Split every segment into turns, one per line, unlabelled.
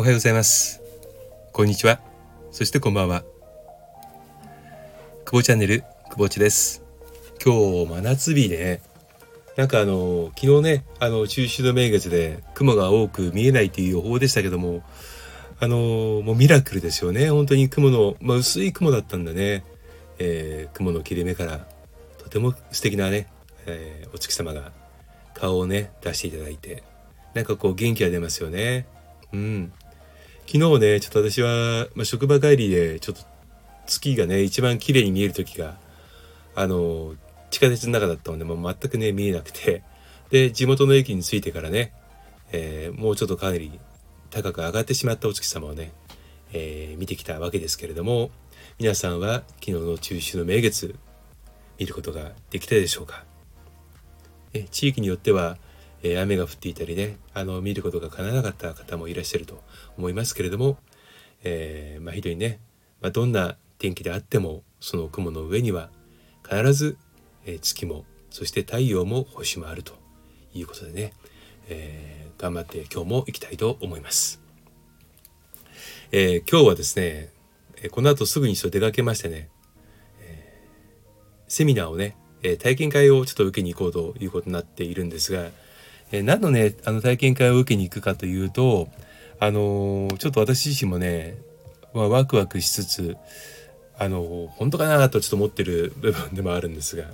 おはようございます。こんにちは。そしてこんばんは。久保チャンネル久保地です。今日真夏日で、昨日ね、中秋の名月で雲が多く見えないという予報でしたけども、もうミラクルですよね。本当に雲の、薄い雲だったんだね。雲の切れ目からとても素敵なね、お月様が顔をね出していただいて、元気が出ますよね。昨日ね、ちょっと私は、職場帰りでちょっと月がね一番綺麗に見える時が地下鉄の中だったので、全くね見えなくて、で地元の駅に着いてからね、もうちょっとかなり高く上がってしまったお月様をね、見てきたわけですけれども、皆さんは昨日の中秋の名月見ることができたでしょうか。地域によっては、雨が降っていたりね、見ることが叶わなかった方もいらっしゃると思いますけれども、ひどいね、どんな天気であってもその雲の上には必ず、月もそして太陽も星もあるということでね、頑張って今日も行きたいと思います。今日はですね、この後すぐに出かけましてね、セミナーをね、体験会をちょっと受けに行こうということになっているんですが、何のね体験会を受けに行くかというと、ちょっと私自身もね、ワクワクしつつ本当かなとちょっと思ってる部分でもあるんですが、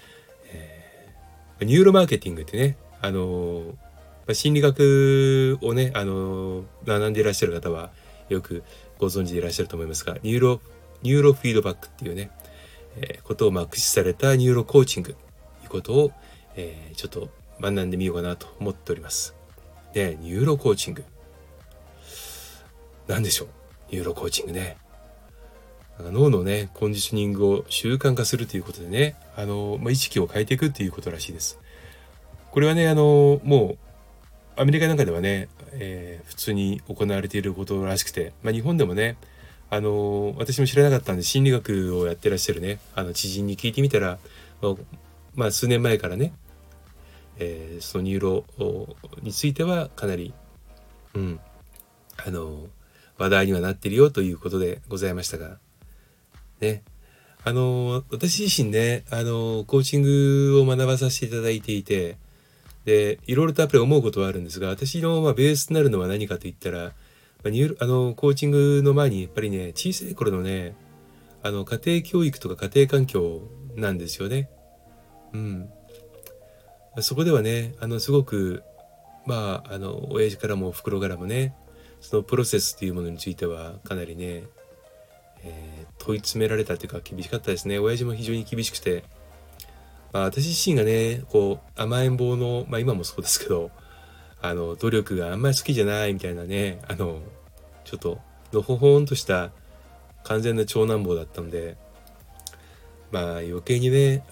ニューロマーケティングってね、心理学をね学んでいらっしゃる方はよくご存知でいらっしゃると思いますが、ニューロフィードバックっていうね、ことを駆使されたニューロコーチングということを、ちょっと学んでみようかなと思っております。で、ニューロコーチングなんでしょう。ニューロコーチングね、脳のねコンディショニングを習慣化するということでね、意識を変えていくということらしいです。これはねもうアメリカなんかではね、普通に行われていることらしくて、日本でもね私も知らなかったんで、心理学をやってらっしゃるね知人に聞いてみたら、数年前からね、そのニューロについてはかなり話題にはなっているよということでございましたがね、私自身ねコーチングを学ばさせていただいていて、でいろいろとやっぱり思うことはあるんですが、私のベースとなるのは何かといったら、コーチングの前にやっぱりね、小さい頃のね家庭教育とか家庭環境なんですよね。そこではねすごく親父からもお袋からもね、そのプロセスっていうものについてはかなりね、問い詰められたというか厳しかったですね。親父も非常に厳しくて、私自身がね甘えん坊の、今もそうですけど努力があんまり好きじゃないみたいなね、ちょっとのほほんとした完全な長男坊だったので、余計にね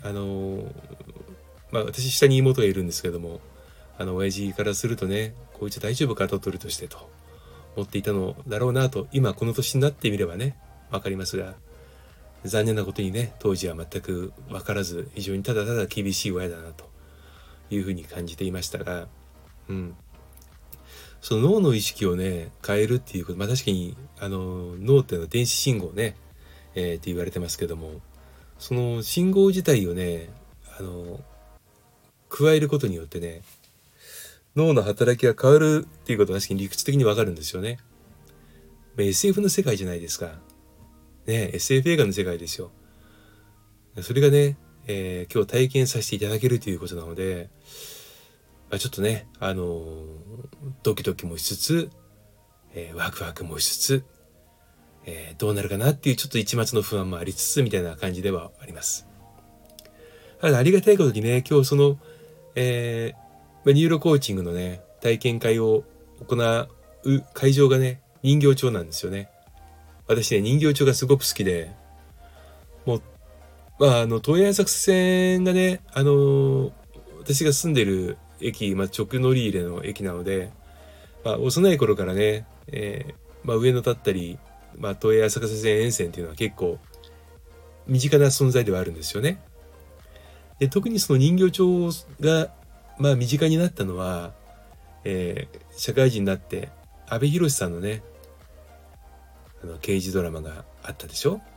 私下に妹がいるんですけども、親父からするとね、こいつ大丈夫かと取るとしてと思っていたのだろうなと、今この年になってみればねわかりますが、残念なことにね当時は全く分からず、非常にただただ厳しい親だなというふうに感じていましたが、その脳の意識をね変えるっていうこと、確かに脳っていうのは電子信号ね、って言われてますけども、その信号自体をね加えることによってね、脳の働きが変わるっていうことは確かに理屈的にわかるんですよね。SF の世界じゃないですかね、SF 映画の世界ですよ。それがね、今日体験させていただけるということなので、ちょっとねドキドキもしつつ、ワクワクもしつつ、どうなるかなっていうちょっと一抹の不安もありつつみたいな感じではあります。ただありがたいことにね、今日その、ニューロコーチングのね体験会を行う会場がね人形町なんですよね。私ね人形町がすごく好きで、もう東映浅草線がね私が住んでる駅、直乗り入れの駅なので、幼い頃からね、上野だったり、東映浅草線沿線っていうのは結構身近な存在ではあるんですよね。で特にその人形町が身近になったのは、社会人になって阿部寛さんのね刑事ドラマがあったでしょ。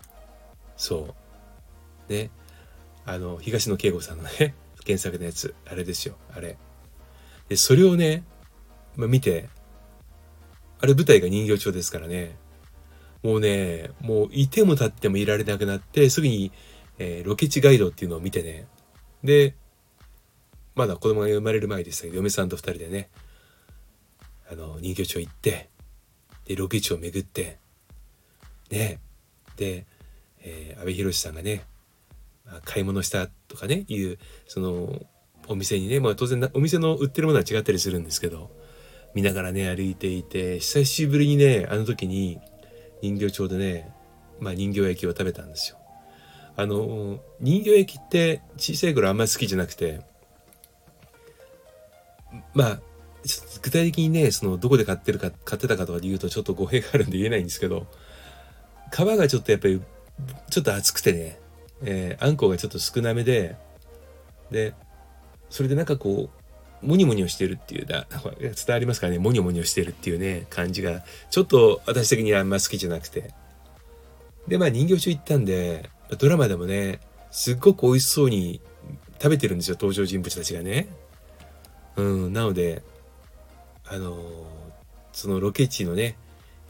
そうね、東野圭吾さんのね原作のやつ、あれですよ、あれで、それをね、見て、あれ舞台が人形町ですからね、もういても立ってもいられなくなって、すぐに、ロケ地ガイドっていうのを見てね、でまだ子供が生まれる前でしたけど、嫁さんと2人でね人形町行って、でロケ地を巡ってね、で、阿部寛さんがね、買い物したとかねいうそのお店にね、当然お店の売ってるものは違ったりするんですけど、見ながらね歩いていて、久しぶりにね時に人形町でね、人形焼きを食べたんですよ。人形焼きって小さい頃あんまり好きじゃなくて、ちょっと具体的にねどこで買ってたかとかで言うとちょっと語弊があるんで言えないんですけど、皮がちょっとやっぱりちょっと厚くてね、あんこがちょっと少なめで、それでなんかこうモニモニをしてるっていう伝わりますかね、モニモニをしてるっていうね感じがちょっと私的にはあんま好きじゃなくて、で人形町行ったんで、ドラマでもねすっごく美味しそうに食べてるんですよ、登場人物たちがね。なのでそのロケ地のね、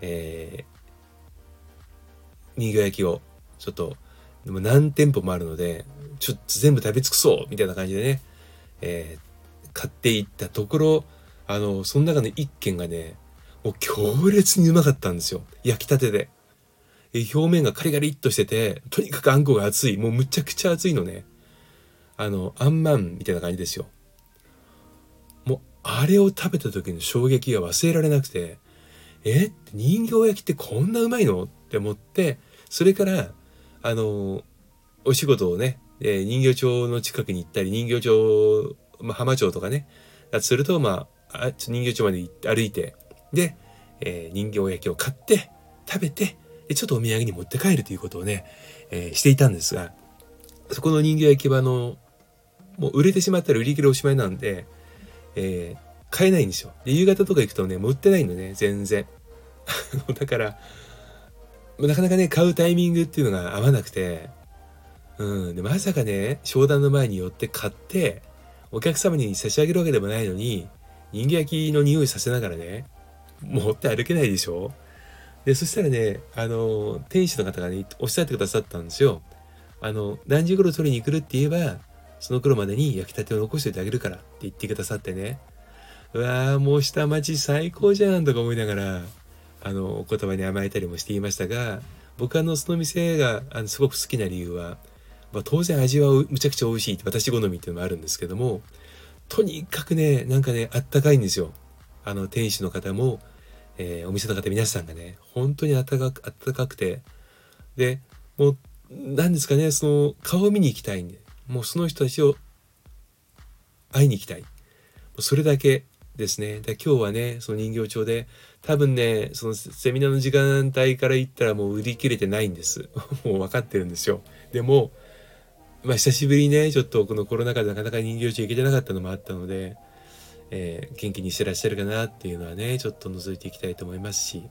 人形焼きをちょっとでも何店舗もあるのでちょっと全部食べ尽くそうみたいな感じでね、買っていったところ、その中の一軒がねもう強烈にうまかったんですよ、焼きたてで。表面がカリカリっとしてて、とにかくあんこが熱い、もうむちゃくちゃ熱いのね。あんまんみたいな感じですよ。もうあれを食べた時の衝撃が忘れられなくて、人形焼きってこんなうまいのって思って、それからお仕事をね、人形町の近くに行ったり、人形町、浜町とかねすると人形町まで歩いて、で、人形焼きを買って食べて、ちょっとお土産に持って帰るということをね、していたんですが、そこの人形焼き場もう売れてしまったら売り切れおしまいなんで、買えないんですよ。で夕方とか行くとねもう売ってないのね、全然だからなかなかね買うタイミングっていうのが合わなくて、でまさかね商談の前に寄って買ってお客様に差し上げるわけでもないのに、人形焼きの匂いさせながらね持って歩けないでしょ。でそしたらね店主の方がねおっしゃってくださったんですよ。何時頃取りに来るって言えばその頃までに焼きたてを残しておいてあげるからって言ってくださってね、うわーもう下町最高じゃんとか思いながらお言葉に甘えたりもしていましたが、僕その店がすごく好きな理由は、当然味はむちゃくちゃ美味しいって私好みっていうのもあるんですけども、とにかくねなんかねあったかいんですよ。店主の方も、お店の方皆さんがね本当にあったかくて、でもう何ですかね、その顔を見に行きたいんで、もうその人たちを会いに行きたい、それだけですね。で今日はねその人形町で多分ねそのセミナーの時間帯から行ったらもう売り切れてないんですもう分かってるんですよ。でも久しぶりにねちょっとこのコロナ禍でなかなか人形町行けてなかったのもあったので、元気にしてらっしゃるかなっていうのはねちょっと覗いていきたいと思いますし、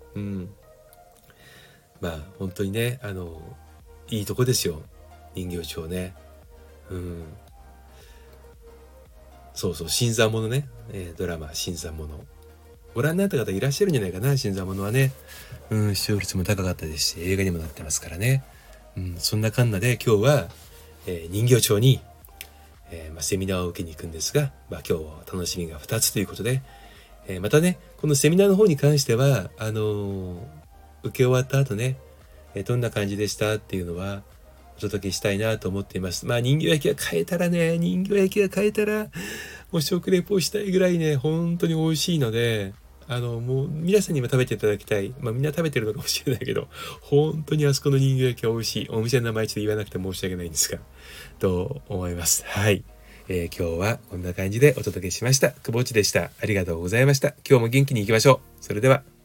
本当にねいいとこですよ人形町ね。そう新参者ね、ドラマ新参者ご覧になった方いらっしゃるんじゃないかな。新参者はね、視聴率も高かったですし映画にもなってますからね。そんなかんなで今日は、人形町に、セミナーを受けに行くんですが、今日は楽しみが2つということで、またねこのセミナーの方に関しては受け終わった後ね、どんな感じでしたっていうのはお届けしたいなと思っています。人形焼きが買えたらね、もう食レポしたいぐらいね本当に美味しいので、もう皆さんにも食べていただきたい。みんな食べてるのかもしれないけど、本当にあそこの人形焼きは美味しい。お店の名前ちょっと言わなくて申し訳ないんですがと思います。はい、今日はこんな感じでお届けしました。久保内でした。ありがとうございました。今日も元気にいきましょう。それでは。